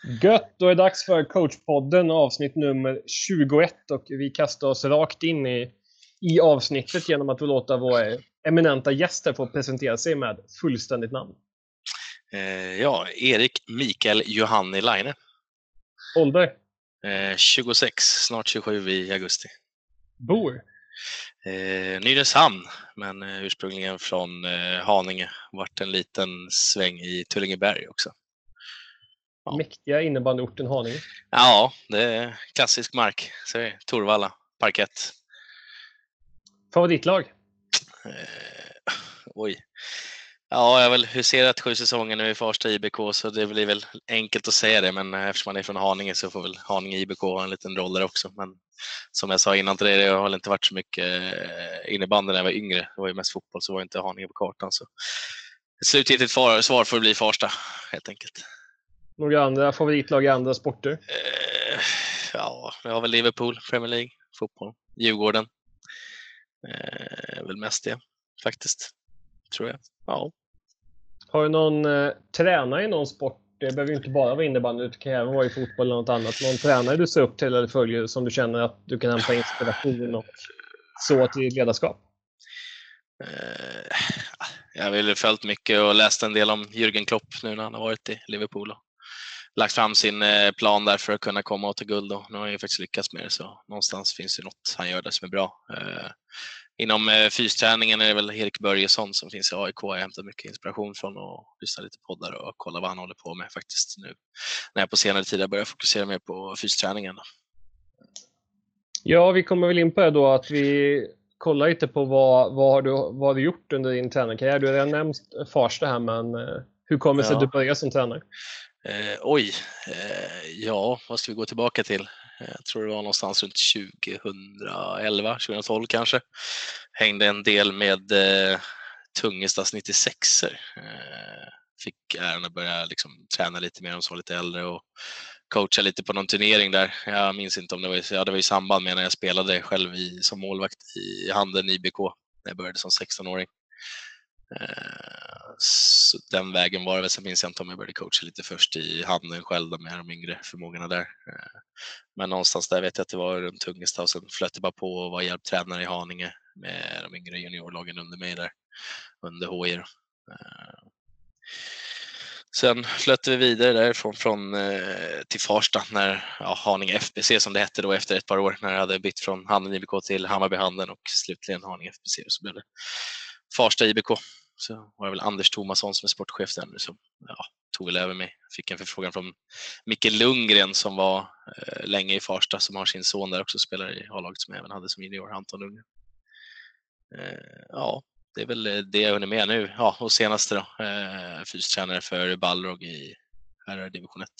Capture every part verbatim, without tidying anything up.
Gött, då är det dags för coachpodden avsnitt nummer tjugoett och vi kastar oss rakt in i, i avsnittet genom att låta vår eminenta gäster få presentera sig med fullständigt namn. Eh, ja, Erik Mikael Johanni Laine. Ålder? Eh, tjugosex, snart tjugosju i augusti. Bor? Eh, Nynäshamn, men eh, ursprungligen från eh, Haninge. Vart en liten sväng i Tullingeberg också. Ja. Mäktiga innebandyorten Haninge. Ja, det är klassisk mark. Så är det. Torvalla, parkett. Favoritlag? Eh, oj. Ja, jag har väl huserat sju säsonger nu i Farsta I B K, så det blir väl enkelt att säga det, men eftersom man är från Haninge så får väl Haninge I B K ha en liten roll där också. Men som jag sa innan till dig, det har väl inte varit så mycket innebandy när jag var yngre. Det var ju mest fotboll, så var inte Haninge på kartan. Så ett slutgiltigt svar får bli Farsta, helt enkelt. Några andra favoritlag i andra sporter? Eh, ja, jag har väl Liverpool, Premier League, fotboll, Djurgården. Eh, väl mest det, faktiskt. Tror jag. Ja. Har du någon eh, tränare i någon sport? Det behöver ju inte bara vara innebandy, det kan även vara i fotboll eller något annat. Någon tränare du ser upp till eller följer som du känner att du kan hämta inspiration och så till ledarskap? Eh, jag har väl följt mycket och läst en del om Jürgen Klopp nu när han har varit i Liverpool och lagt fram sin plan där för att kunna komma och ta guld, och nu har han ju faktiskt lyckats med det, så någonstans finns det något han gör där som är bra. Eh, inom eh, fysträningen är det väl Erik Börjesson som finns i A I K. Jag har hämtat mycket inspiration från och lyssnar lite poddar och kolla vad han håller på med faktiskt nu när jag på senare tid börjar fokusera mer på fysträningen. Ja, vi kommer väl in på det då att vi kollar lite på vad, vad, har, du, vad har du gjort under din tränarkarriär. Du har redan nämnt Farsta här, men eh, hur kommer det sig Ja. att du började som tränare? Eh, oj, eh, ja, vad ska vi gå tillbaka till? Jag tror det var någonstans runt tjugoelva, tjugotolv kanske. Hängde en del med eh, Tungestas nittiosexer. Eh, fick äran att börja liksom träna lite mer, de som var lite äldre, och coacha lite på någon turnering där. Jag minns inte om det var, ja, det var i samband med när jag spelade själv i, som målvakt i Handen I B K när jag började som sexton-åring. Så den vägen var det. Sen minns jag inte om jag började coacha lite först i Handen själv med de yngre förmågorna där. Men någonstans där vet jag att det var runt Tungesta, och sen flöt det bara på och var hjälptränare i Haninge med de yngre juniorlagen under mig där, under H I. Sen flöt vi vidare därifrån från, till Farsta när ja, Haninge F B C som det hette då efter ett par år, när jag hade bytt från Handen I B K till Hammarby Handen och slutligen Haninge F B C, så blev det Farsta I B K. Så var det väl Anders Thomasson som är sportchef där nu som ja, tog väl över mig. Fick en förfrågan från Micke Lundgren som var eh, länge i Farsta, som har sin son där också, spelar i A-laget som jag även hade som junior, Anton Lundgren. Eh, ja, det är väl det jag är med nu. Ja, och senaste då, eh, fystränare för Balrog i här division ett.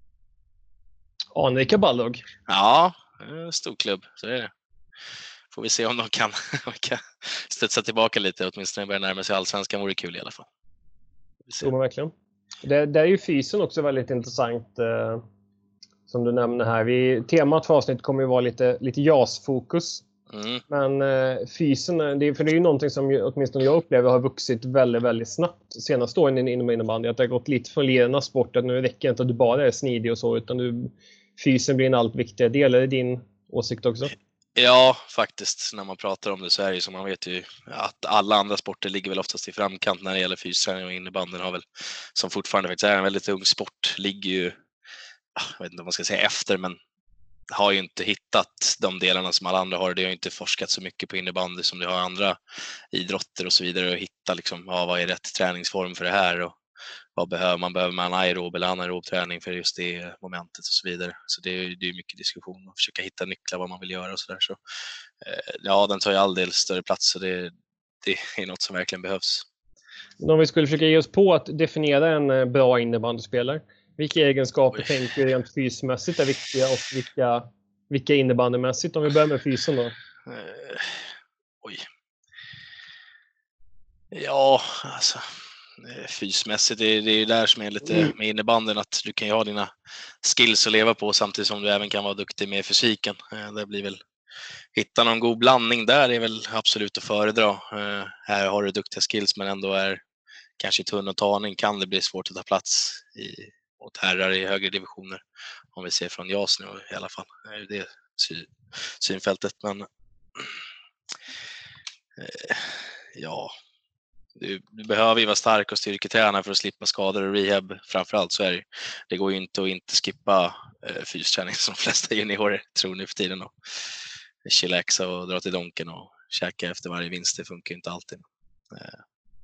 Anrika Balrog? Ja, stor klubb, så är det. Får vi se om de kan, kan studsa tillbaka lite, åtminstone börja närma sig allsvenskan, vore kul i alla fall. Tror man verkligen. Det, det är ju fysen också väldigt intressant eh, som du nämner här. Vi, temat för avsnitt kommer ju vara lite, lite JAS-fokus. Mm. Men eh, fysen, det, för det är ju någonting som åtminstone jag upplever har vuxit väldigt, väldigt snabbt senaste åren inom innebandy. Att det har gått lite från lirarnas sport, att nu räcker inte att du bara är snidig och så, utan du, fysen blir en allt viktigare del. Är det din åsikt också? Ja, faktiskt. När man pratar om det så är det ju som man vet ju att alla andra sporter ligger väl oftast i framkant när det gäller fysträning, och innebandyn har väl, som fortfarande faktiskt är en väldigt ung sport, ligger ju, jag vet inte om man ska säga efter, men har ju inte hittat de delarna som alla andra har. Det har ju inte forskat så mycket på innebandy som det har andra idrotter och så vidare, och hitta liksom, ja, vad är rätt träningsform för det här, och vad behöver man? Behöver man aerob eller anaerob träning för just det momentet och så vidare. Så det är, det är mycket diskussion och försöka hitta nycklar vad man vill göra och så där. Så, eh, ja, den tar ju all del större plats, så det, det är något som verkligen behövs. Om vi skulle försöka ge oss på att definiera en bra innebandyspelare, vilka egenskaper Oj. tänker du rent fysmässigt är viktiga och vilka, vilka innebandymässigt? Om vi börjar med fysen då. Eh, oj. Ja, alltså fysmässigt, det är det är där som är lite med innebanden, att du kan ju ha dina skills att leva på samtidigt som du även kan vara duktig med fysiken. Det blir väl, hitta någon god blandning där är väl absolut att föredra. Här har du duktiga skills men ändå är kanske tunn och taning, kan det bli svårt att ta plats i mot herrar i högre divisioner. Om vi ser från Jas nu i alla fall. Det är ju det sy, synfältet. Men eh, ja, du, du behöver ju vara stark och styrketräna för att slippa skador och rehab. Framförallt så är det, det går ju inte att inte skippa eh, fysträning som de flesta juniorer tror nu för tiden. Och chillaxa och dra till donken och käka efter varje vinst, det funkar ju inte alltid. Eh,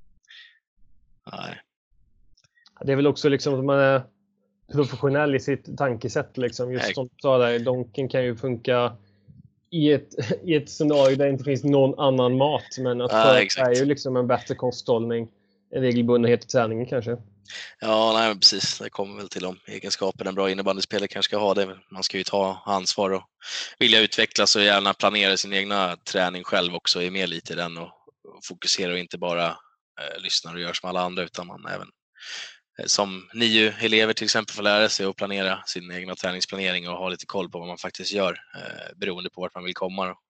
nej. Det är väl också liksom att man är professionell i sitt tankesätt. Liksom. Just som du sa där, donken kan ju funka i ett, i ett scenario där det inte finns någon annan mat. Men att ja, det är ju liksom en bättre kosthållning, en regelbundenhet i träningen kanske. Ja, nej, precis. Det kommer väl till de egenskaper en bra innebandyspelare kanske ska ha. Det. Man ska ju ta ansvar och vilja utvecklas och gärna planera sin egna träning själv också. Är med lite i den och, och fokusera och inte bara eh, lyssnar och gör som alla andra, utan man även eh, som nio elever till exempel får lära sig att planera sin egna träningsplanering och ha lite koll på vad man faktiskt gör eh, beroende på vart man vill komma. Eh,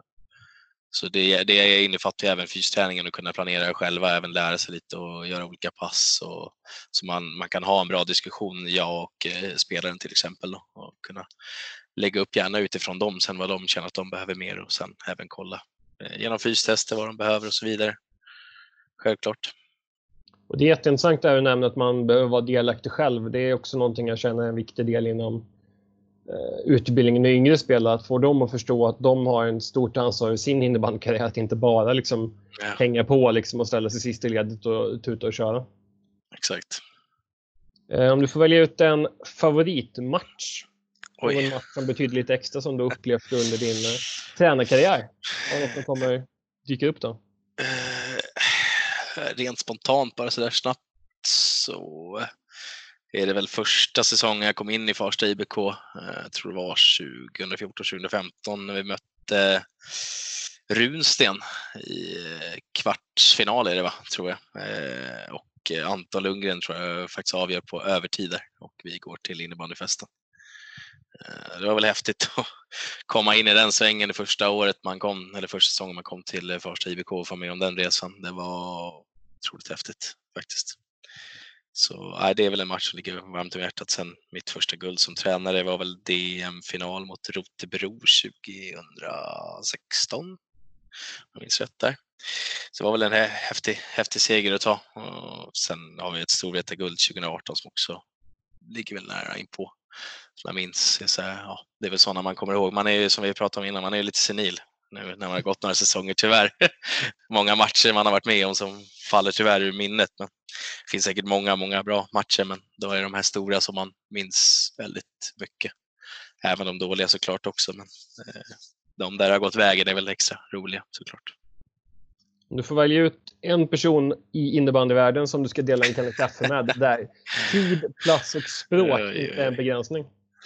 Så det, det innefattar ju även fysträningen och kunna planera själva, även lära sig lite och göra olika pass. Och, så man, man kan ha en bra diskussion, jag och eh, spelaren till exempel. Då, och kunna lägga upp gärna utifrån dem sen vad de känner att de behöver mer och sen även kolla eh, genom fystester vad de behöver och så vidare. Självklart. Och det är jätteintressant att nämna att man behöver vara delaktig själv. Det är också någonting jag känner är en viktig del inom utbildningen med yngre spelare, att få dem att förstå att de har en stort ansvar i sin innebandykarriär, att inte bara liksom ja. hänga på liksom och ställa sig sist i ledet och tuta och köra. Exakt. Om du får välja ut en favoritmatch, Oj. och en match som betyder lite extra som du upplevt under din uh, tränarkarriär, och något som kommer dyka upp då? Uh, rent spontant, bara så där snabbt, så är det väl första säsongen jag kom in i Farsta I B K. Jag tror det var tjugofjorton tjugofemton när vi mötte Runsten i kvartsfinal är det va, tror jag. Och Anton Lundgren tror jag faktiskt avgör på övertider och vi går till innebandyfesten. Det var väl häftigt att komma in i den svängen det första året man kom, eller första säsongen man kom till Farsta I B K och få med om den resan. Det var otroligt häftigt faktiskt. Så nej, det är väl en match som ligger varmt om hjärtat. Sen mitt första guld som tränare var väl D M-final mot Rotebro tjugohundrasexton. Jag minns rätt där. Så det var väl en häftig, häftig seger att ta. Och sen har vi ett Storvreta-guld tjugoarton som också ligger väl nära in på. Som jag minns. Så här, ja, det är väl sådana man kommer ihåg. Man är ju, som vi pratade om innan, man är lite senil nu när man har gått några säsonger tyvärr. Många matcher man har varit med om som faller tyvärr ur minnet. Men det finns säkert många, många bra matcher, men då är det de här stora som man minns väldigt mycket. Även de dåliga såklart också, men eh, de där har gått vägen är väl extra roliga såklart. Du får välja ut en person i innebandyvärlden som du ska dela en kanna kaffe med. Där tid, plats och språk inte är en begränsning.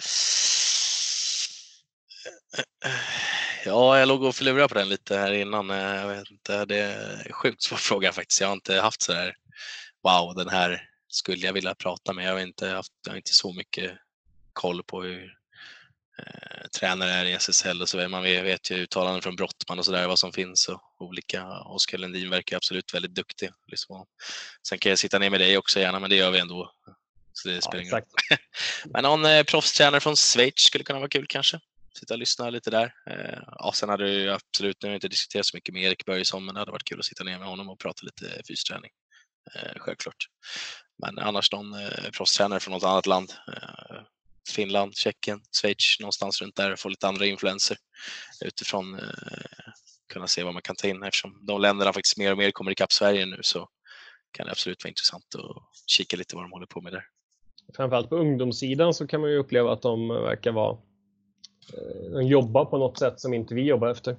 Ja, jag låg och förlurade på den lite här innan. Jag vet inte, det är sjukt svår fråga faktiskt. Jag har inte haft så där, wow, den här skulle jag vilja prata med. Jag har inte haft, jag har inte så mycket koll på hur eh, tränare är i S S L och så vidare. Man vet, vet ju uttalanden från Brottman och så där, vad som finns och olika. Oskar Lundin verkar absolut väldigt duktig. Liksom. Sen kan jag sitta ner med dig också gärna, men det gör vi ändå. Så det spelar ingen roll. Men någon eh, proffstränare från Schweiz skulle kunna vara kul kanske. Sitta och lyssna lite där. Eh, ja, sen hade det ju absolut, nu har jag inte diskuterat så mycket med Erik Börjesson, men det hade varit kul att sitta ner med honom och prata lite fysträning. Eh, självklart. Men annars någon eh, proffstränare från något annat land. Eh, Finland, Tjeckien, Schweiz, någonstans runt där. Få lite andra influenser utifrån. Eh, kunna se vad man kan ta in. Eftersom de länderna faktiskt mer och mer kommer ikapp Sverige nu, så kan det absolut vara intressant att kika lite vad de håller på med där. Framförallt på ungdomssidan så kan man ju uppleva att de verkar vara de jobbar på något sätt som inte vi jobbar efter.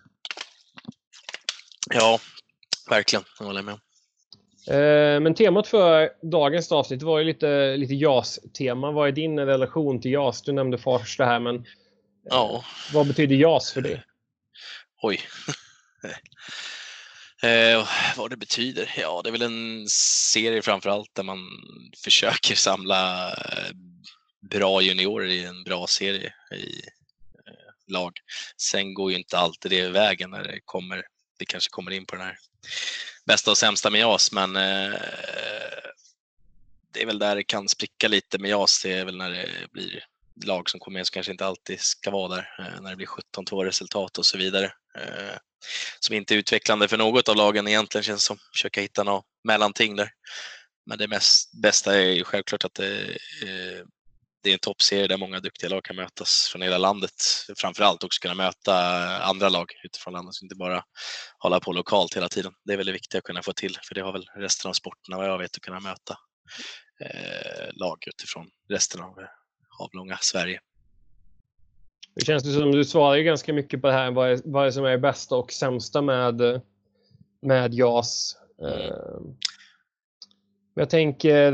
Ja, verkligen. Jag håller med. Men temat för dagens avsnitt var ju lite, lite J A S-tema. Vad är din relation till J A S? Du nämnde Farsta här, men ja. Vad betyder J A S för dig? Oj. eh, vad det betyder? Ja, det är väl en serie framförallt där man försöker samla bra juniorer i en bra serie i lag. Sen går ju inte alltid det vägen när det kommer, det kanske kommer in på den här bästa och sämsta med J A S, men eh, det är väl där det kan spricka lite med J A S. Det är väl när det blir lag som kommer med som kanske inte alltid ska vara där. När det blir sjutton två resultat och så vidare. Som inte är utvecklande för något av lagen egentligen, känns som. Försöka hitta något mellanting där. Men det mest bästa är ju självklart att det, det är en toppserie där många duktiga lag kan mötas från hela landet. Framförallt också kunna möta andra lag utifrån landet, så inte bara hålla på lokalt hela tiden. Det är väldigt viktigt att kunna få till, för det har väl resten av sporterna vad jag vet att kunna möta eh, lag utifrån resten av avlånga Sverige. Det känns som du svarar ganska mycket på det här, vad är, vad är som är bästa och sämsta med, med J A S. Mm. Jag tänker,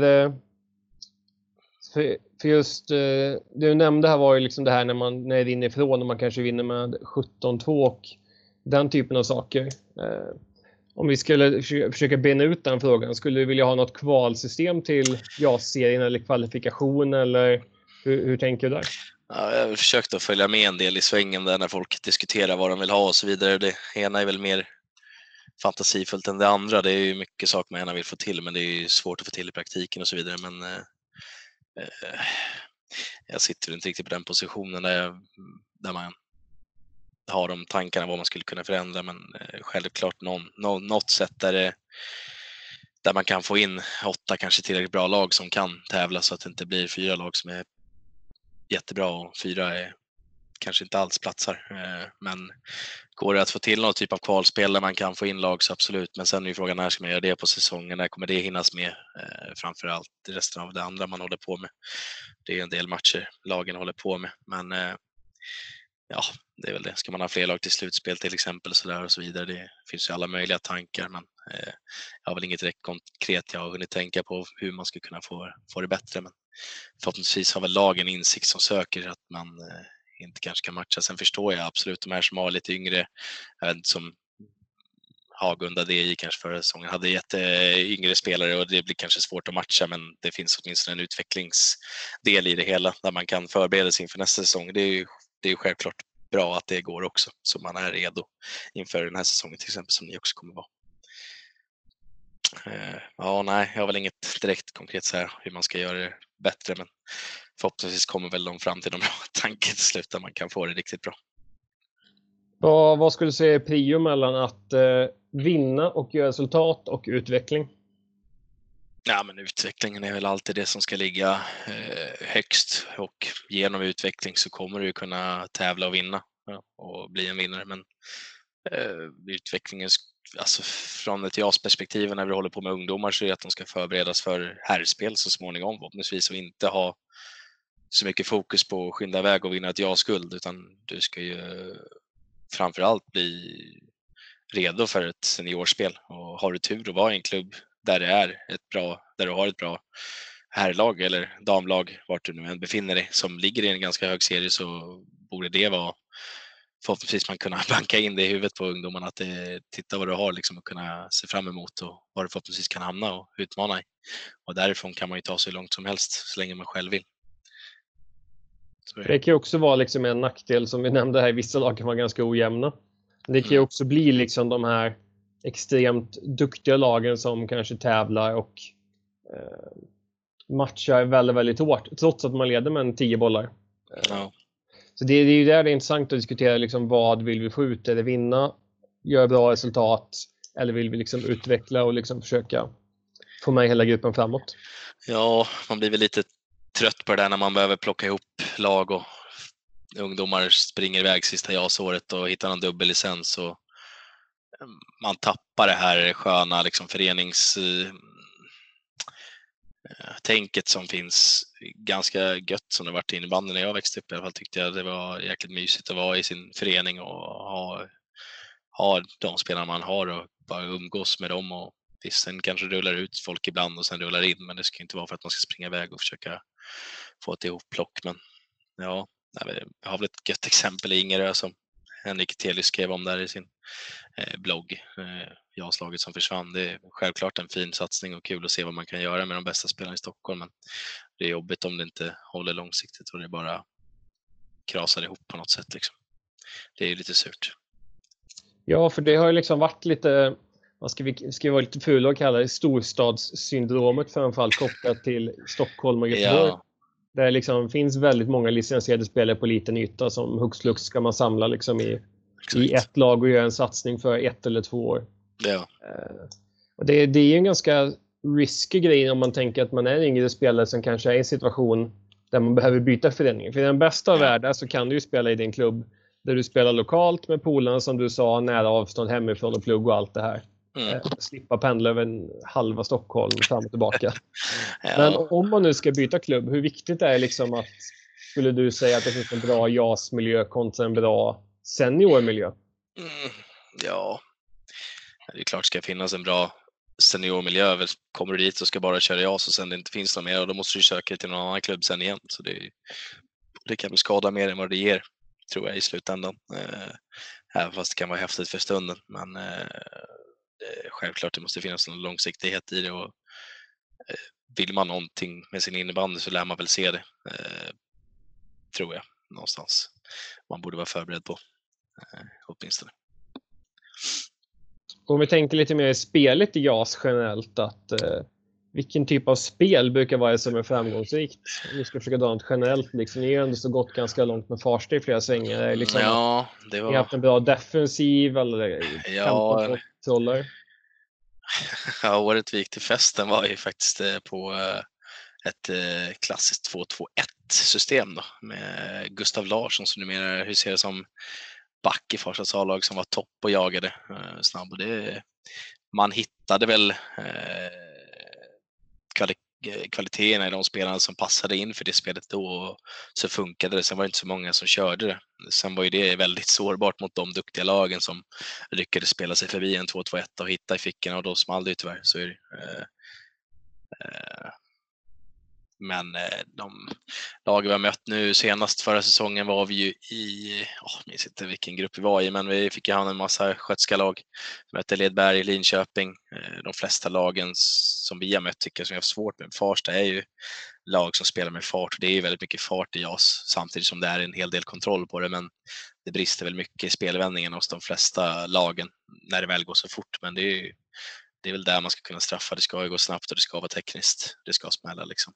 för, för just det du nämnde här var ju liksom det här när man när det vinner ifrån och man kanske vinner med sjutton två och den typen av saker. Om vi skulle försöka bena ut den frågan, skulle du vilja ha något kvalsystem till J A S-serien eller kvalifikation, eller hur, hur tänker du där? Ja, jag har försökt att följa med en del i svängen där när folk diskuterar vad de vill ha och så vidare. Det ena är väl mer fantasifullt än det andra. Det är ju mycket saker man gärna vill få till, men det är ju svårt att få till i praktiken och så vidare. Men eh, eh, jag sitter inte riktigt på den positionen där, jag, där man har de tankarna vad man skulle kunna förändra, men eh, självklart någon, någon, något sätt där, det, där man kan få in åtta kanske tillräckligt bra lag som kan tävla, så att det inte blir fyra lag som är jättebra och fyra är kanske inte alls platsar. Men går det att få till någon typ av kvalspel där man kan få in lag, så absolut. Men sen är ju frågan, när ska man göra det på säsongen? När kommer det hinnas med? Framförallt resten av det andra man håller på med. Det är en del matcher lagen håller på med. Men ja, det är väl det. Ska man ha fler lag till slutspel till exempel så där och så vidare. Det finns ju alla möjliga tankar, men jag har väl inget direkt konkret jag har hunnit tänka på hur man ska kunna få, få det bättre. Men förhoppningsvis har väl lagen insikt som söker att man inte kanske kan matcha. Sen förstår jag absolut de här som har lite yngre, jag vet inte, som Hagunda D I kanske förra säsongen hade jätteyngre spelare och det blir kanske svårt att matcha, men det finns åtminstone en utvecklingsdel i det hela där man kan förbereda sig inför nästa säsong. Det är ju, det är ju självklart bra att det går också, så man är redo inför den här säsongen till exempel, som ni också kommer vara. Ja, nej, jag har väl inget direkt konkret så här hur man ska göra det bättre, men förhoppningsvis kommer väl de fram till de bra tanken till slut där man kan få det riktigt bra. Vad, vad skulle du säga är prio mellan att eh, vinna och göra resultat och utveckling? Ja, men utvecklingen är väl alltid det som ska ligga eh, högst, och genom utveckling så kommer du kunna tävla och vinna, ja, och bli en vinnare. Men eh, utvecklingen, alltså från ett J A S-perspektiv när vi håller på med ungdomar, så är det att de ska förberedas för herrspel så småningom förhoppningsvis, och inte ha så mycket fokus på att skynda iväg och vinna ett J A S-guld, utan du ska ju framförallt bli redo för ett seniorspel. Och har du tur att vara i en klubb där det är ett bra, där du har ett bra herrlag eller damlag, vart du nu än befinner dig, som ligger i en ganska hög serie, så borde det vara förhoppningsvis man kunna banka in det i huvudet på ungdomarna, att det, titta vad du har liksom att kunna se fram emot och vad du förhoppningsvis kan hamna och utmana i. Och därifrån kan man ju ta sig långt som helst så länge man själv vill. Det kan ju också vara liksom en nackdel som vi nämnde här, vissa lag kan vara ganska ojämna. Det kan ju också bli liksom de här extremt duktiga lagen som kanske tävlar och eh, matchar väldigt, väldigt hårt trots att man leder med en tio bollar. Ja. Så det, det är ju där det är intressant att diskutera liksom, vad vill vi få ut? Eller vinna, göra bra resultat, eller vill vi liksom utveckla och liksom försöka få med hela gruppen framåt? Ja, man blir väl lite trött på det där när man behöver plocka ihop lag och ungdomar springer iväg sista J A S-året och hittar en dubbellicens, och man tappar det här sköna liksom förenings tänket som finns. Ganska gött som det varit i innebandyn när jag växte upp i alla fall, tyckte jag det var jäkligt mysigt att vara i sin förening och ha, ha de spelarna man har och bara umgås med dem. Och visst, sen kanske rullar ut folk ibland och sen rullar in, men det ska inte vara för att man ska springa iväg och försöka få ett ihopplock. Men ja, jag har väl ett gött exempel i Ingerö som Henrik Telius skrev om där i sin eh, blogg, eh, J A S-laget som försvann. Det är självklart en fin satsning och kul att se vad man kan göra med de bästa spelarna i Stockholm, men det är jobbigt om det inte håller långsiktigt och det bara krasar ihop på något sätt liksom. Det är ju lite surt. Ja, för det har ju liksom varit lite, vad ska vi, ska vi vara lite fula och kalla det storstadssyndromet, framförallt kopplat till Stockholm och Göteborg. Ja. Där liksom finns väldigt många licensierade spelare på liten yta som hux flux ska man samla liksom i, i ett lag och göra en satsning för ett eller två år. Ja. Uh, och det, det är ju en ganska risky grej om man tänker att man är en yngre spelare som kanske är i en situation där man behöver byta förening. För i den bästa av ja. världar så kan du ju spela i din klubb där du spelar lokalt med polarna, som du sa, nära avstånd hemifrån och plugg och allt det här. Mm. Eh, slippa pendla över en halva Stockholm fram och tillbaka. ja. Men om man nu ska byta klubb, hur viktigt är det liksom att, skulle du säga att det finns en bra J A S-miljö kontra en bra seniormiljö? Mm. Ja, det är klart det ska finnas en bra seniormiljö. Kommer du dit och ska bara köra J A S och sen det inte finns någon mer, och då måste du söka till någon annan klubb sen igen. Så det, det kan väl skada mer än vad det ger, tror jag, i slutändan. Eh, även fast det kan vara häftigt för stunden. Men eh, det, självklart det måste finnas någon långsiktighet i det. Och, eh, vill man någonting med sin innebandy så lär man väl se det. Eh, tror jag, någonstans. Man borde vara förberedd på, eh, åtminstone. Om vi tänker lite mer i spelet i J A S generellt, att eh, vilken typ av spel brukar vara som är framgångsrikt? Om vi ska försöka dra något generellt, liksom, ni har ändå så gått ganska långt med Farsta i flera svängar. Liksom, ja, det var... Ni har haft en bra defensiv eller ja, kontroller. Ja, året vi gick till festen var ju faktiskt på ett klassiskt två två ett system då, med Gustav Larsson som numera huserar som back i Farstas A-lag, som var topp och jagade eh, snabb. Och det, man hittade väl eh, kvali kvaliteterna i de spelarna som passade in för det spelet då, och så funkade det. Sen var det inte så många som körde det. Sen var ju det väldigt sårbart mot de duktiga lagen som lyckades spela sig förbi en två två ett och hitta i fickorna, och då small det ju tyvärr. Så är det. Eh, eh, Men de lag vi har mött nu senast förra säsongen var vi ju i, oh, jag minns inte vilken grupp vi var i, men vi fick ju ha en massa skötska lag. Vi mötte Ledberg, Linköping. De flesta lagen som vi har mött tycker som jag har svårt med. Farsta är ju lag som spelar med fart, och det är ju väldigt mycket fart i J A S, samtidigt som det är en hel del kontroll på det, men det brister väl mycket i spelvändningen hos de flesta lagen när det väl går så fort. Men det är ju Det är väl där man ska kunna straffa. Det ska ju gå snabbt och det ska vara tekniskt. Det ska smälla liksom.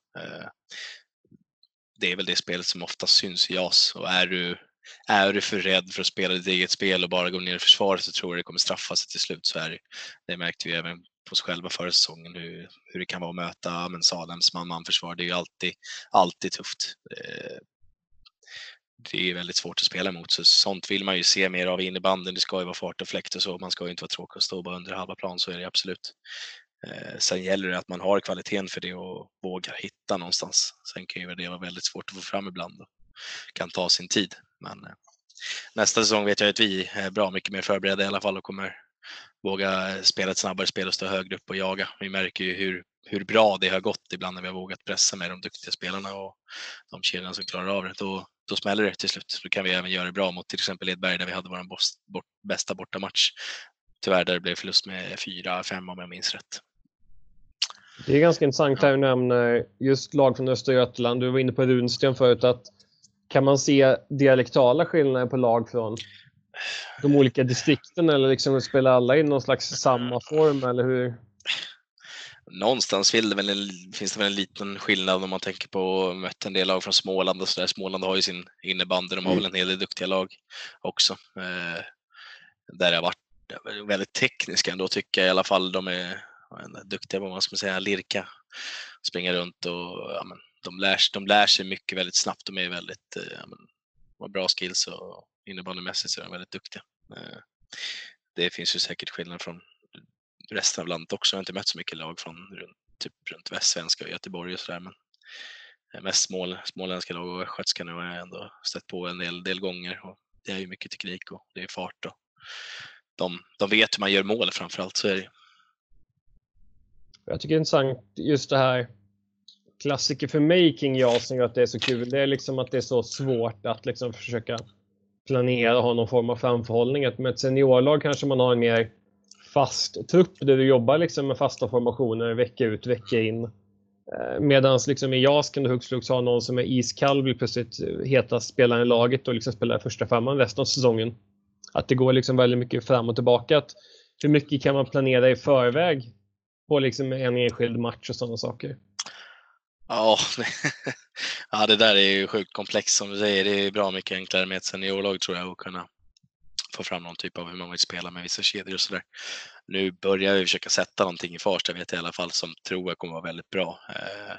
Det är väl det spelet som ofta syns i J A S. Och är du, är du för rädd för att spela ditt eget spel och bara gå ner i försvaret, så tror jag det kommer straffa sig till slut. Så är det. Det märkte vi även på oss själva förra säsongen, hur, hur det kan vara att möta men Salems man-man-försvar. Det är ju alltid, alltid tufft. Det är väldigt svårt att spela emot, så sånt vill man ju se mer av i innebanden. Det ska ju vara fart och fläkt och så. Man ska ju inte vara tråkig och stå bara under halva plan, så är det absolut. Eh, sen gäller det att man har kvaliteten för det och vågar hitta någonstans. Sen kan ju det vara väldigt svårt att få fram ibland och kan ta sin tid. Men eh, nästa säsong vet jag att vi är bra mycket mer förberedda i alla fall och kommer våga spela ett snabbare spel och stå högre upp och jaga. Vi märker ju hur hur bra det har gått ibland när vi har vågat pressa med de duktiga spelarna och de kedjorna som klarar av det. Då, då smäller det till slut. Då kan vi även göra det bra mot till exempel Ledberg, där vi hade vår bort, bort, bästa bortamatch. Tyvärr där det blev förlust med fyra fem om jag minns rätt. Det är ganska intressant här att nämna just lag från Östergötland. Du var inne på Runsten förut, att kan man se dialektala skillnader på lag från de olika distrikten, eller liksom spelar alla i någon slags samma form, eller hur? Någonstans finns det, väl en, finns det väl en liten skillnad om man tänker på mött en del lag från Småland och så där. Småland har ju sin innebandy, de har väl en hel del duktiga lag också. Eh, där det har varit väldigt tekniska ändå, tycker jag i alla fall. De är duktiga på, vad ska man säga, lirka, springa runt och ja, men, de, lär, de lär sig mycket väldigt snabbt. De är väldigt ja, men, har bra skills och innebandymässigt så är de väldigt duktiga. Eh, det finns ju säkert skillnad från resten av landet också. Jag har inte mött så mycket lag från runt, typ runt västsvenska och Göteborg och sådär, men mest smål, småländska lag och skötska nu har jag ändå stött på en del, del gånger, och det är ju mycket teknik och det är fart och de, de vet hur man gör mål framförallt, så är det. Jag tycker det är intressant just det här klassiker för mig kring J A S som gör att det är så kul. Det är liksom att det är så svårt att liksom försöka planera och ha någon form av framförhållning. Med ett seniorlag kanske man har en mer fast trupp där du jobbar liksom med fasta formationer vecka ut, vecka in. Medan liksom i J A S kan du hux flux ha någon som är iskall, blir plötsligt hetast spelaren i laget och liksom spelar första femman resten av säsongen. Att det går liksom väldigt mycket fram och tillbaka. Att hur mycket kan man planera i förväg på liksom en enskild match och sådana saker? Ja, ja, det där är ju sjukt komplext som du säger. Det är bra mycket enklare med ett seniorlag tror jag att kunna få fram någon typ av hur man vill spela med vissa kedjor och sådär. Nu börjar vi försöka sätta någonting i Farsta, vet jag i alla fall, som tror jag kommer vara väldigt bra. Eh,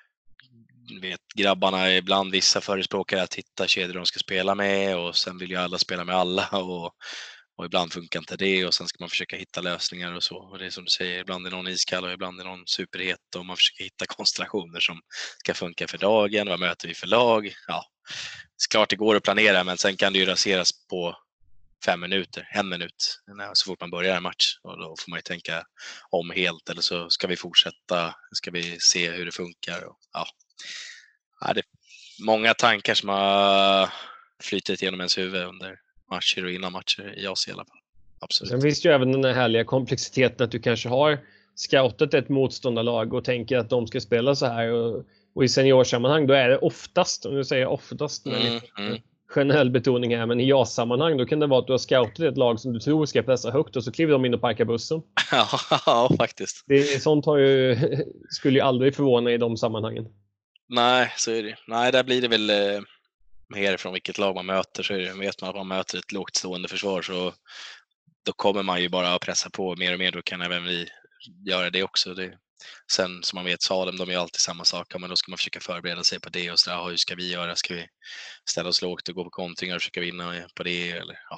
vet, grabbarna är ibland vissa förespråkare att hitta kedjor de ska spela med och sen vill ju alla spela med alla och, och ibland funkar inte det och sen ska man försöka hitta lösningar och så. Och det är som du säger, ibland är någon iskall och ibland är någon superhet och man försöker hitta konstellationer som ska funka för dagen. Vad möter vi för lag? Ja, klart det går att planera, men sen kan det ju raseras på fem minuter, en minut så fort man börjar en match och då får man ju tänka om helt eller så ska vi fortsätta, ska vi se hur det funkar och, ja. Ja, det är många tankar som har flyttit genom ens huvud under matcher och innan matcher i oss i alla fall. Absolut. Sen finns det ju även den här härliga komplexiteten att du kanske har scoutat ett motståndarlag och tänker att de ska spela så här och, och i seniorsammanhang då är det oftast, om du säger oftast med mm, mm. generell betoning här, men i ja-sammanhang då kan det vara att du har scoutat ett lag som du tror ska pressa högt och så kliver de in och parkar bussen. Ja, faktiskt. Det, sånt har ju, skulle ju aldrig förvåna i de sammanhangen. Nej, så är det. Nej, där blir det väl eh, mer från vilket lag man möter, så är det, vet man att man möter ett lågt stående försvar så då kommer man ju bara att pressa på mer och mer, då kan även vi göra det också. Det, sen som man vet, Salem, de är alltid samma sak, men då ska man försöka förbereda sig på det och sådär, hur ska vi göra? Ska vi ställa oss lågt och gå på kontringar och försöka vinna på det? Eller, ja.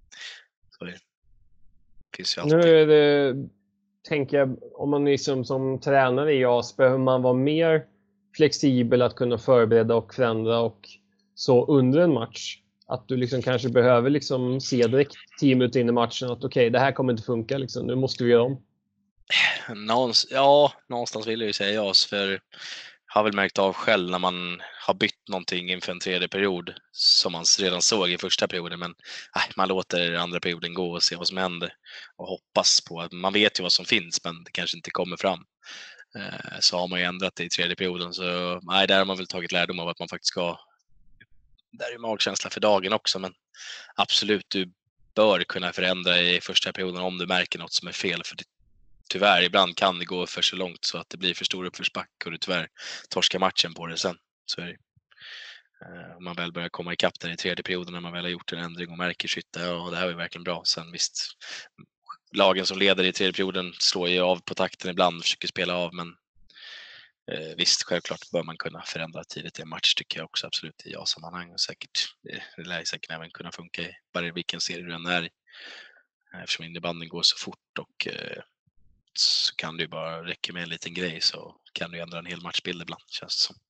Så det finns ju alltid. Nu är det, tänker jag, om man liksom som tränare i A S behöver man vara mer flexibel att kunna förbereda och förändra och så under en match. Att du liksom kanske behöver liksom se direkt tio minuter in i matchen att okej, okay, det här kommer inte funka, liksom. Nu måste vi göra om. Någonstans, ja, någonstans vill jag ju säga ja, för jag har väl märkt av själv när man har bytt någonting inför en tredje period som man redan såg i första perioden, men nej, man låter andra perioden gå och se vad som händer och hoppas på att man vet ju vad som finns, men det kanske inte kommer fram. Så har man ju ändrat det i tredje perioden, så nej, där har man väl tagit lärdom av att man faktiskt ska, där är magkänsla för dagen också, men absolut, du bör kunna förändra i första perioden om du märker något som är fel, för det, tyvärr, ibland kan det gå för så långt så att det blir för stor uppförsback och du tyvärr torskar matchen på det sen. Så är det. Om man väl börjar komma ikapp där i tredje perioden när man väl har gjort en ändring och märker shit, ja, det här är verkligen bra. Sen visst, lagen som leder i tredje perioden slår ju av på takten ibland och försöker spela av, men eh, visst, självklart bör man kunna förändra tidigt i en match, tycker jag också absolut i ja-sammanhang, och säkert, det lär säkert även kunna funka i bara vilken serie du än är i, eftersom innebandyn går så fort och eh, så kan det ju bara räcka med en liten grej så kan du ändra en hel matchbild ibland, känns det som.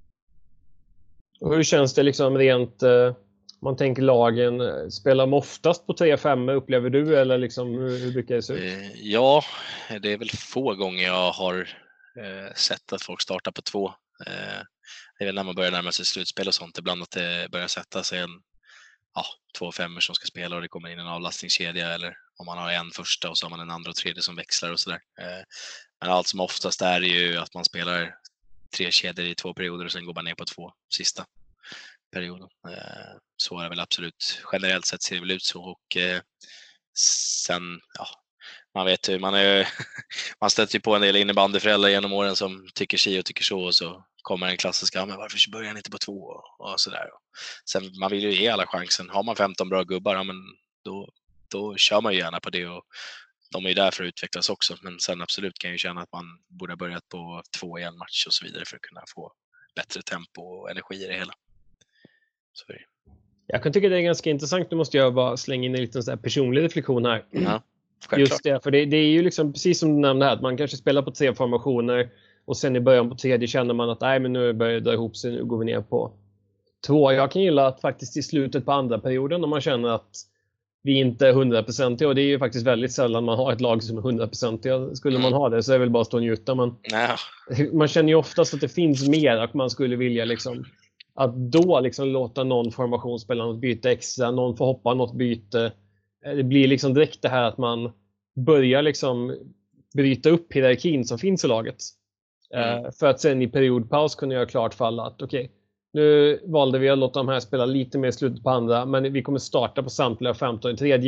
Och hur känns det liksom rent, man tänker lagen, spelar de oftast på tre fem, upplever du, eller liksom hur brukar det se ut? Ja, det är väl få gånger jag har sett att folk startar på två. Det är väl när man börjar närma sig slutspel och sånt, ibland att det börjar sätta sig en ja, två femmor som ska spela och det kommer in en avlastningskedja, eller om man har en första och så har man en andra och tredje som växlar och sådär. Men allt som oftast är det ju att man spelar tre kedjor i två perioder och sen går man ner på två sista perioden. Så är det väl absolut. Generellt sett ser det väl ut så, och sen, ja, man vet ju, man är man stöter ju på en del innebandyföräldrar genom åren som tycker si och tycker så, och så kommer en klassisk, ja, men varför börjar han inte på två och sådär. Sen man vill ju ge alla chansen. Har man femton bra gubbar, ja, men då, då kör man ju gärna på det, och de är ju där för att utvecklas också. Men sen absolut kan jag ju känna att man borde ha börjat på två i en match och så vidare för att kunna få bättre tempo och energi i det hela. Så är det. Jag kan tycka det är ganska intressant. Nu måste jag bara slänga in en liten så här personlig reflektion här. Ja, just det, för det, det är ju liksom precis som du nämnde här, att man kanske spelar på tre formationer och sen i början på tredje känner man att nej, men nu börjar det dra ihop sig, nu går vi ner på två. Jag kan gilla att faktiskt i slutet på andra perioden, om man känner att vi inte är hundraprocentiga, och det är ju faktiskt väldigt sällan man har ett lag som är hundraprocentiga. Skulle man ha det så är det väl bara att stå och njuta, men ja. Man känner ju oftast att det finns mer och man skulle vilja liksom att då liksom låta någon formation spela något byte extra, någon får hoppa något byte. Det blir liksom direkt det här att man börjar liksom bryta upp hierarkin som finns i laget. Mm. För att sen i periodpaus kunna göra klart för alla att okej, okay, nu valde vi att låta de här spela lite mer i slutet på andra, men vi kommer starta på samtliga femton i tredje.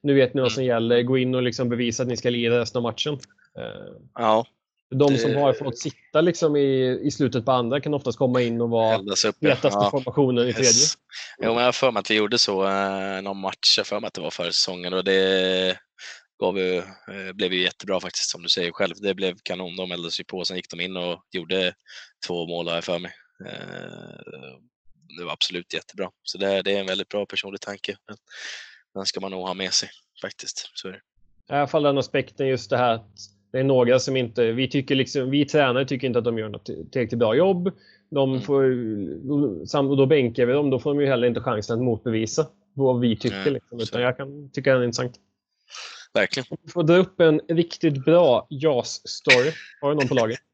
Nu vet ni vad som gäller. Gå in och liksom bevisa att ni ska lira resten av matchen. Ja. De det... som har fått sitta liksom i, i slutet på andra kan oftast komma in och vara hetaste ja. formationen i tredje. Yes. Jo, men jag har för mig att vi gjorde så eh, någon match. Jag för mig att det var förra säsongen. Och det gav ju, eh, blev ju jättebra faktiskt, som du säger själv. Det blev kanon. De eldade sig på. Sen gick de in och gjorde två mål här för mig. Eh, det var absolut jättebra. Så det, det är en väldigt bra personlig tanke. Den ska man nog ha med sig faktiskt. Så är det. I alla fall den aspekten, just det här att det är några som inte, vi tycker liksom, vi tränare tycker inte att de gör något tillräckligt bra jobb. De mm. får, och då bänkar vi dem, då får de ju heller inte chansen att motbevisa vad vi tycker. Mm. Liksom, utan jag kan tycka det är intressant. Verkligen. Vi får dra upp en riktigt bra J A S-story. Har du någon på laget?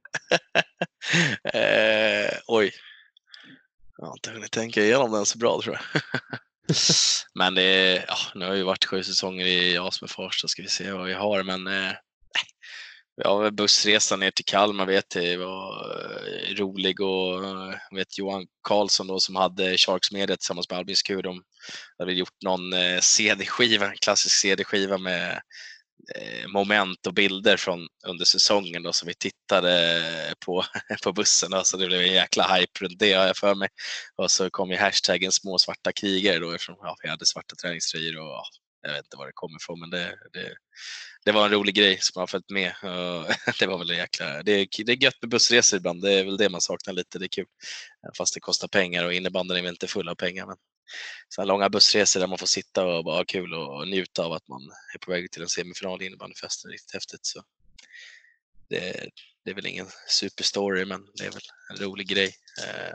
eh, oj. Jag har inte hunnit tänka igenom den så bra, tror jag. Men det är, ja, nu har ju varit sju säsonger i J A S med Farsta, ska vi se vad vi har, men eh, vi har bussresan ner till Kalmar, vet jag, var eh, rolig, och eh, vet Johan Karlsson då, som hade Sharks Media tillsammans med Albin Skur, de hade gjort någon eh, C D-skiva, en klassisk C D-skiva med eh, moment och bilder från under säsongen då, som vi tittade på, på bussen, då, så det blev en jäkla hype runt det, har jag för mig. Och så kom ju hashtaggen små svarta krigare då, eftersom ja, vi hade svarta träningströjor och ja, jag vet inte var det kommer ifrån, men det, det, det var en rolig grej som jag har följt med. Det var väl en jäkla, det är, det är gött med bussresor ibland, det är väl det man saknar lite, det är kul. Fast det kostar pengar och innebanden är väl inte full av pengar, men så långa bussresor där man får sitta och bara ha kul och njuta av att man är på väg till en semifinal i innebandyfesten, är riktigt häftigt. Så det, det är väl ingen superstory, men det är väl en rolig grej. Eh,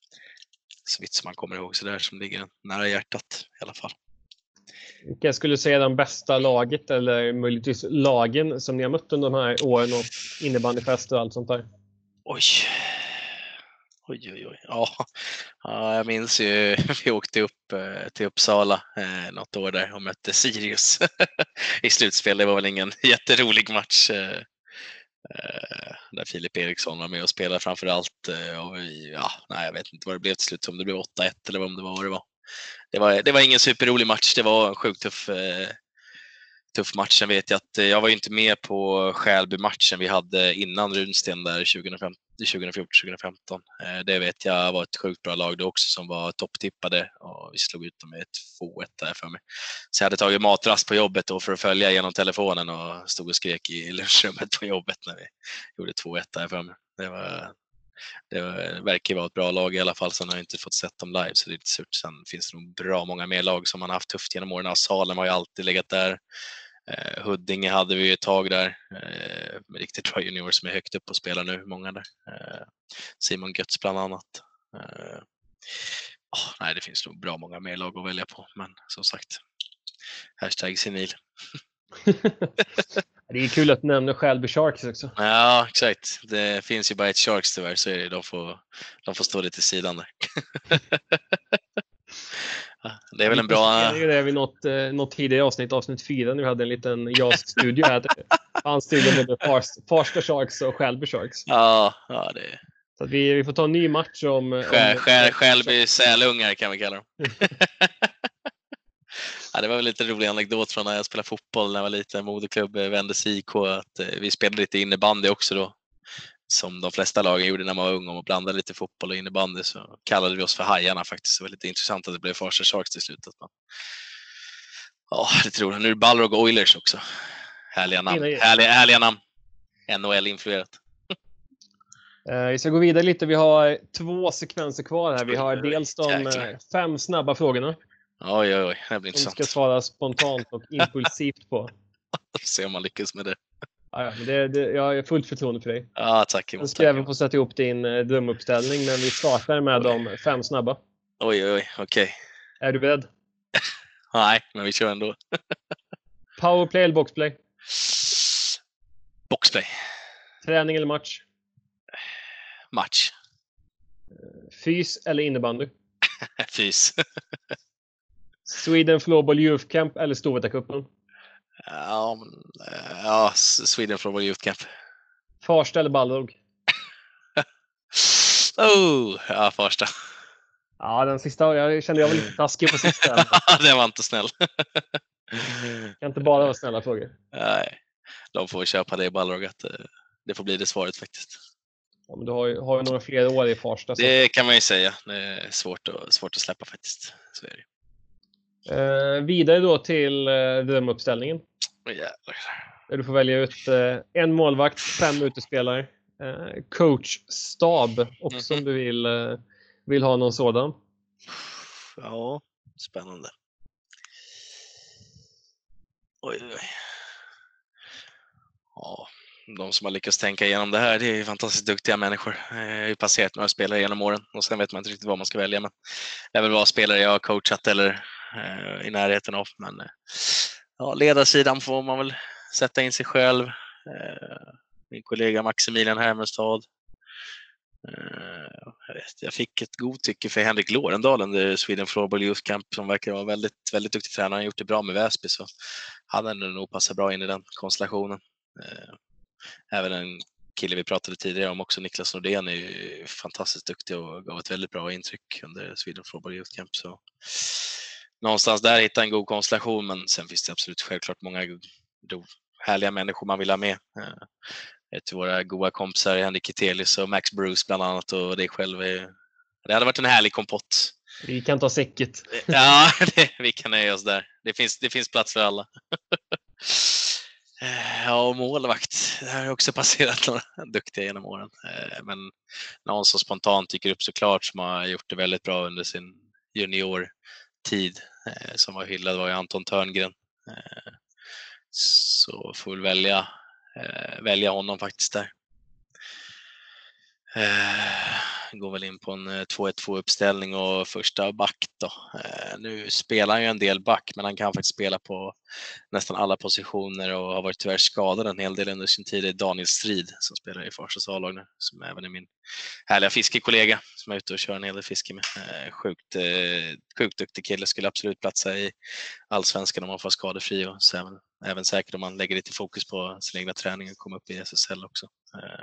så vitt som man kommer ihåg, så där som ligger nära hjärtat i alla fall. Vilka skulle säga den bästa laget eller möjligtvis lagen som ni har mött under de här åren och innebandyfester och allt sånt där? Oj. Oj, oj, oj. Ja, ja, jag minns ju, vi åkte upp eh, till Uppsala eh, något år där och mötte Sirius i slutspel. Det var väl ingen jätterolig match eh, eh, där Filip Eriksson var med och spelade framför allt. Eh, och vi, ja, nej, jag vet inte vad det blev till slut, om det blev åtta ett eller om det var vad det var. Det var, det var ingen superrolig match, det var en sjukt tuff, eh, tuff match. Sen vet jag att eh, jag var ju inte med på Skälby-matchen vi hade innan Runsten där tjugohundrafemton tjugohundrafjorton. Eh, det vet jag var ett sjukt bra lag då också, som var topptippade, och vi slog ut dem med ett två ett där för mig. Så jag hade tagit matrast på jobbet då för att följa genom telefonen och stod och skrek i lunchrummet på jobbet när vi gjorde två ett där för mig. Det var Det verkar vara ett bra lag i alla fall, så har jag inte fått sett dem live, så det är lite surt. Sen finns det nog bra många mer lag som man har haft tufft genom åren. Salem har ju alltid legat där. Eh, Huddinge hade vi ju ett tag där. Eh, med riktigt bra junior som är högt upp och spelar nu, många där. Eh, Simon Götz bland annat. Eh, oh, nej, det finns nog bra många mer lag att välja på, men som sagt, hashtag senil. Det är kul att du nämner Skälby Sharks också. Ja, exakt. Det finns ju bara ett Sharks tyvärr, så är det, de, får, de får stå lite i sidan där. Det är väl en bra... Det är vid något, något tidigare avsnitt, avsnitt fyra, när vi hade en liten J A S-studio här. Fanns tydligen både Farsta Sharks och Skälby Sharks. Ja, ja det är... Så att vi, vi får ta en ny match om... Skär, skär, Skälby sälungar kan vi kalla dem. Ja, det var väl lite rolig anekdot från när jag spelade fotboll när jag var liten. Moderklubb Vändes I K, att vi spelade lite innebandy också då. Som de flesta lagen gjorde när man var ung, och blandade lite fotboll och innebandy, så kallade vi oss för Hajarna faktiskt. Det var lite intressant att det blev Farsta Sharks till slut. Ja, lite roligt. Nu är det Balrog Oilers också. Härliga namn. Härliga, härliga namn. N H L-influerat. Vi ska gå vidare lite. Vi har två sekvenser kvar här. Vi har dels de fem snabba frågorna. Oj, oj, oj. Det blir intressant. De ska svara spontant och impulsivt på. Se om man lyckas med det. Ja, men det, det, jag är fullt förtroende för dig. Ja, tack. Jag ska även få sätta ihop din drömuppställning, men vi startar med oj. de fem snabba. Oj, oj, oj. Okej. Okay. Är du beredd? Nej, men vi kör ändå. Powerplay eller boxplay? Boxplay. Träning eller match? Match. Fys eller innebandy? Fys. Sweden Floorball Youth Camp eller Storvreta-cupen? Ja, ja, Sweden Floorball Youth Camp. Farsta eller Balrog? Oh, ja, Farsta. Ja, den sista, jag kände jag var lite taskig på sista. Det var inte snäll. Kan inte bara vara snälla frågor. Nej, de får köpa det i Balrog att det får bli det svaret faktiskt. Ja, men du har ju, har ju några fler år i Farsta. Det kan man ju säga. Det är svårt, och, svårt att släppa faktiskt. Så är det. Eh, vidare då till eh, drömuppställningen. Oh, jävlar. Där du får välja ut eh, en målvakt, fem utespelare, eh, coachstab också, mm-hmm. om du vill, eh, vill ha någon sådan. Ja, spännande. Oj, oj. Ja, de som har lyckats tänka igenom det här, det är fantastiskt duktiga människor. Jag har ju passerat några spelare genom åren och sen vet man inte riktigt vad man ska välja. Men det är väl vad spelare jag har coachat eller eh, i närheten av. Men eh, ja, ledarsidan får man väl sätta in sig själv. Eh, min kollega Maximilian Hermestad. Eh, jag, vet, jag fick ett godtycke för Henrik Lorendal under Sweden Floorball Youth Camp som verkar vara väldigt, väldigt duktig tränare. Han har gjort det bra med Väsby, så han hade nog passat bra in i den konstellationen. Eh, även en kille vi pratade tidigare om också, Niklas Nordén, är ju fantastiskt duktig och gav ett väldigt bra intryck under Sweden Floorball Youth Camp. Så någonstans där hitta en god konstellation, men sen finns det absolut självklart många härliga människor man vill ha med. Ett våra goda kompisar, Henrik Kitelius och Max Bruce bland annat, och det själv är, det hade varit en härlig kompott. Vi kan ta säcket. Ja, det, vi kan nöja oss där. Det finns, det finns plats för alla. Ja, och målvakt. Det här har också passerat några duktiga genom åren. Men någon som spontant dyker upp såklart, som har gjort det väldigt bra under sin juniortid, som var hyllad, var ju Anton Törngren. Så får vi välja, välja honom faktiskt där. Går väl in på en två ett två uppställning och första back då. Nu spelar han ju en del back, men han kan faktiskt spela på nästan alla positioner och har varit tyvärr skadad en hel del under sin tid. Det är Daniel Strid som spelar i Farstas A-lag nu, som även är min härliga fiskekollega som är ute och kör en hel del fiske med. Sjukt, sjukt duktig kille, skulle absolut platsa i Allsvenskan om man får skadefri, och så även, även säkert om man lägger lite fokus på sin egna träning och kommer upp i S S L också.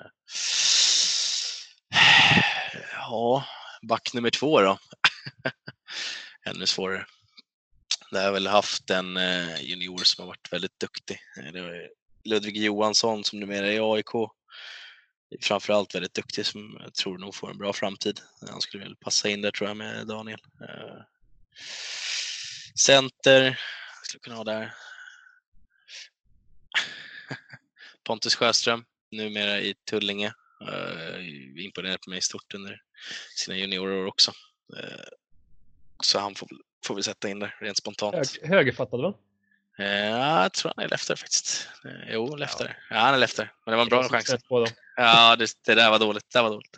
Ja, back nummer två då. Ännu svårare. Det har väl haft en junior som har varit väldigt duktig. Det var Ludvig Johansson som numera är i A I K. Framförallt väldigt duktig, som jag tror nog får en bra framtid. Han skulle väl passa in där, tror jag, med Daniel. Center skulle kunna ha där. Pontus Sjöström, numera i Tullinge. Uh, imponerat på mig stort under sina juniorår också. Uh, så han får, får vi sätta in där rent spontant. Hög, högerfattad va? Uh, jag tror han är lefter faktiskt. Uh, jo, lefter. Ja. ja, han är lefter. Men det var en bra chans. Ja, det, det där var dåligt. Det var dåligt.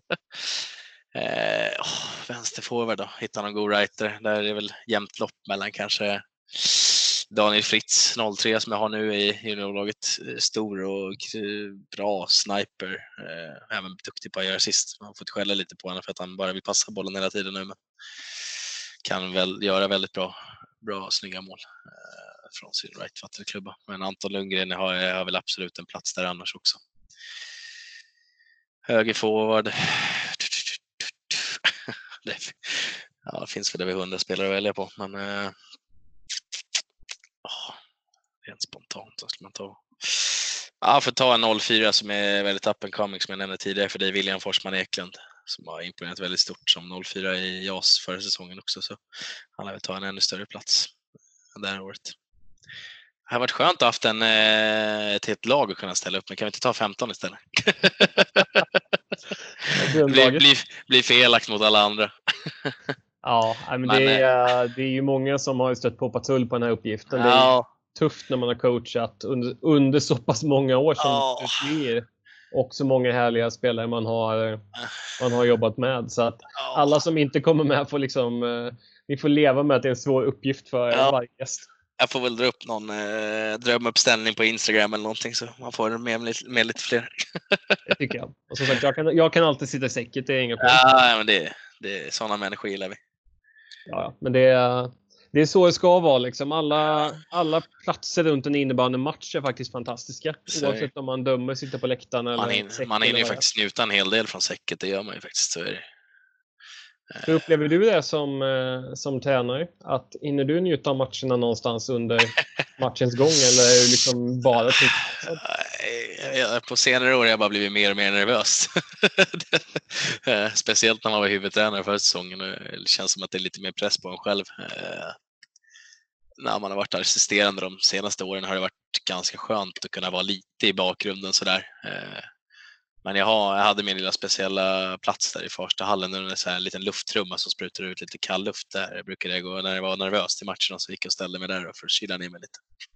uh, oh, vänsterforward då. Hittar någon god writer. Där är det väl jämnt lopp mellan kanske Daniel Fritz, noll tre, som jag har nu i juniorlaget. Stor och bra sniper. Eh, även duktig på att göra assist. Man har fått skälla lite på honom för att han bara vill passa bollen hela tiden nu. Men kan väl göra väldigt bra, bra snygga mål eh, från sin right-fattade klubba. Men Anton Lundgren har, har väl absolut en plats där annars också. Högerforward. det, ja, det finns väl över hundra spelare att välja på. Men... Eh, Oh, rent spontant, så ska man ta. Ja, för att ta en noll fyra som är väldigt up and coming, som jag nämnde tidigare, för det är William Forsman Eklund som har imponerat väldigt stort som noll fyra i J A S förra säsongen också, så han har väl ta en ännu större plats det här året. Det har varit skönt att ha haft en, ett helt lag att kunna ställa upp, men kan vi inte ta femton istället? blir, blir, blir för elakt mot alla andra. Ja, men det, är, det är ju många som har stött på patull på den här uppgiften. Ja. Det är tufft när man har coachat under, under så pass många år som ja. det blir. Och så många härliga spelare man har, man har jobbat med. Så att ja. alla som inte kommer med får liksom, ni får leva med att det är en svår uppgift för ja. varje gäst. Jag får väl dra upp någon eh, drömuppställning på Instagram eller någonting, så man får med, med, med lite fler. Det tycker jag. Och som sagt, jag kan, jag kan alltid sitta i säcket, det är inga problem. Ja, men det, det är sådana människor gillar vi. Ja, men det är, det är så det ska vara liksom. Alla, alla platser runt en innebandymatch är faktiskt fantastiska. Så oavsett om man dömer, sitter på läktaren eller man in, man hinner ju faktiskt njuta en hel del från säcket, det gör man ju faktiskt. Så är det. Hur upplever du det som, eh, som tränare? Att hinner du njuta av matcherna någonstans under matchens gång eller är du liksom bara tillpassad? På senare år har jag bara blivit mer och mer nervös. Speciellt när man var huvudtränare för säsongen. Det känns som att det är lite mer press på en själv. När man har varit assisterande de senaste åren har det varit ganska skönt att kunna vara lite i bakgrunden sådär. Men jag, har, jag hade min lilla speciella plats där i första hallen. Där det är så här en liten lufttrumma som sprutar ut lite kall luft där. Jag brukade gå när jag var nervös i matcherna så gick jag och ställde mig där för att kyla ner mig lite.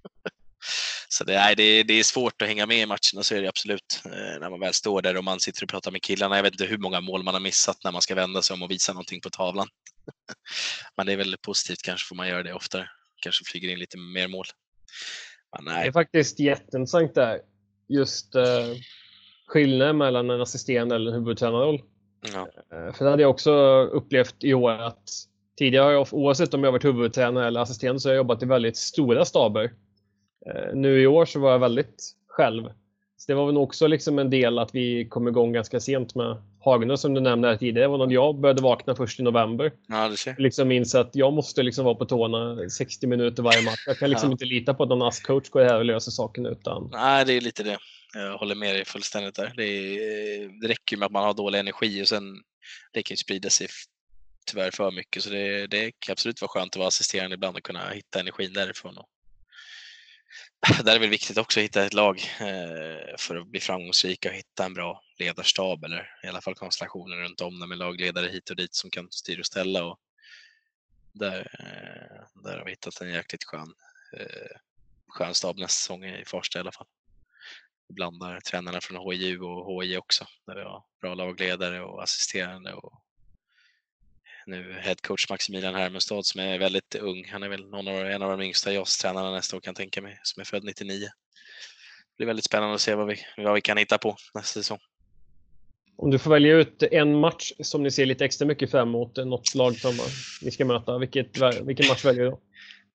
Så det är, det, det är svårt att hänga med i matcherna, så är det absolut. När man väl står där och man sitter och pratar med killarna. Jag vet inte hur många mål man har missat när man ska vända sig om och visa någonting på tavlan. Men det är väldigt positivt, kanske får man göra det oftare. Kanske flyger in lite mer mål. Men nej. Det är faktiskt jätteintressant där. Just eh, skillnaden mellan en assisterande eller en huvudtränarroll. Ja. Eh, för det hade jag också upplevt i år att tidigare har jag, oavsett om jag varit huvudtränare eller assisterande, så har jag jobbat i väldigt stora staber. Eh, nu i år så var jag väldigt själv. Så det var väl också liksom en del att vi kom igång ganska sent med Hagner som du nämnde här tidigare. Det var när jag började vakna först i november. Ja, det ser. Liksom minns att jag måste liksom vara på tårna sextio minuter varje match. Jag kan liksom ja. inte lita på att någon A S S-coach går här och löser saken utan... Nej, det är lite det. Jag håller med dig fullständigt där. Det, är, det räcker med att man har dålig energi och sen det kan ju sprida sig tyvärr för mycket. Så det, det kan absolut vara skönt att vara assisterande ibland och kunna hitta energin därifrån. Och där är väl viktigt också att hitta ett lag eh, för att bli framgångsrika och hitta en bra ledarstab eller i alla fall konstellationer runt om med lagledare hit och dit som kan styra och ställa. Och där, eh, där har vi hittat en jäkligt skön, eh, skön stab nästa säsong i Farsta i alla fall. Vi blandar tränarna från H I U och H I också där vi har bra lagledare och assisterande och nu headcoach Maximilian Hermenstad som är väldigt ung. Han är väl någon av, en av de yngsta J A S-tränarna nästa år kan jag tänka mig, som är född nittionio. Det blir väldigt spännande att se vad vi, vad vi kan hitta på nästa säsong. Om du får välja ut en match som ni ser lite extra mycket fram emot, något lag som ni ska möta, vilket, vilken match väljer du då?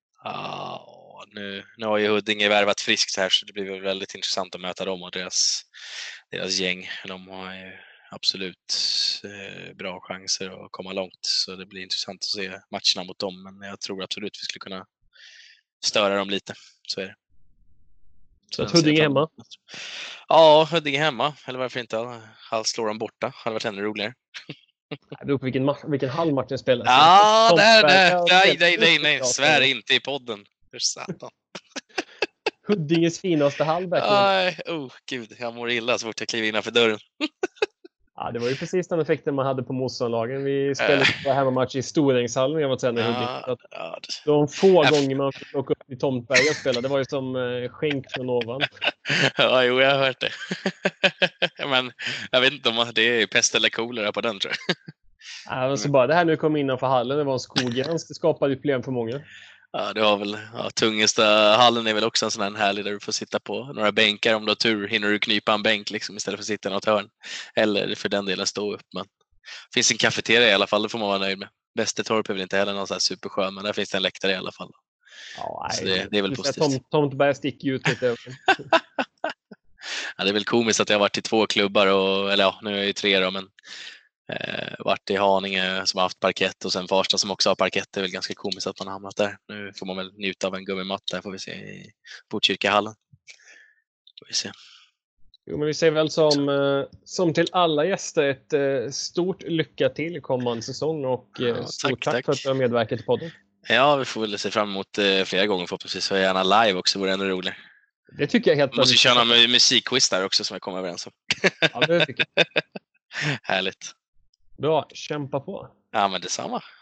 Ah, nu, nu har ju Huddinge värvat friskt här så det blir väldigt intressant att möta dem och deras, deras gäng. De har ju absolut eh, bra chanser att komma långt så det blir intressant att se matcherna mot dem, men jag tror absolut vi skulle kunna störa dem lite, så är det. Så att Huddinge hemma? Ja, Huddinge hemma, eller varför inte halv slår dem borta, hade varit ännu roligare. Det beror på vilken, match, vilken halv matchen spelas. Ja, där, där. Nej, nej, nej, nej, svär inte i podden. Hur satan. Huddinges finaste hall. Nej, oh gud, jag mår illa så fort jag kliver innanför dörren. Ja, det var ju precis den effekten man hade på motståndarlagen. Vi spelade på hemmamatch i Storängshallen. Jag var tränare i Huddinge. Ja, ja, det... De få jag... gånger man fick åka upp i Tomtberg och spela, det var ju som eh, skänk från ovan. Ja, jo, jag har hört det. Men jag vet inte om det är pest eller kolera på den, tror jag. Ja, alltså bara det här nu kom innanför hallen, det var en skoggräns. Det skapade ju problem för många. Ja, det har väl, ja, tungaste hallen är väl också en sån här härlig där du får sitta på några bänkar. Om du har tur hinner du knypa en bänk liksom, istället för att sitta i något hörn. Eller för den delen stå upp. Men det finns en kafeteria i alla fall, det får man vara nöjd med. Västertorp är väl inte heller någon sån här superskön, men där finns det en läktare i alla fall. Ja, så det, det är väl positivt. Tom, Tomtberg sticker ut lite. Ja, det är väl komiskt att jag har varit i två klubbar, och, eller ja, nu är jag ju tre då, men Eh, varit i Haninge som har haft parkett och sen Farsta som också har parkett. Det är väl ganska komiskt att man har hamnat där. Nu får man väl njuta av en gummimatta, får vi se i Botkyrkahallen. Får vi se. Jo, men vi säger väl som, eh, som till alla gäster ett eh, stort lycka till kommande säsong och eh, ja, stort tack, tack, tack för att du har medverkat i podden. Ja, vi får väl se fram emot eh, flera gånger förhoppningsvis, så gärna live också, vore ännu roligare. Det tycker jag helt. Vi måste köra med musikquiz där också som jag kommer överens om. Ja, det tycker jag. Härligt. Bra, kämpa på. Ja, men detsamma.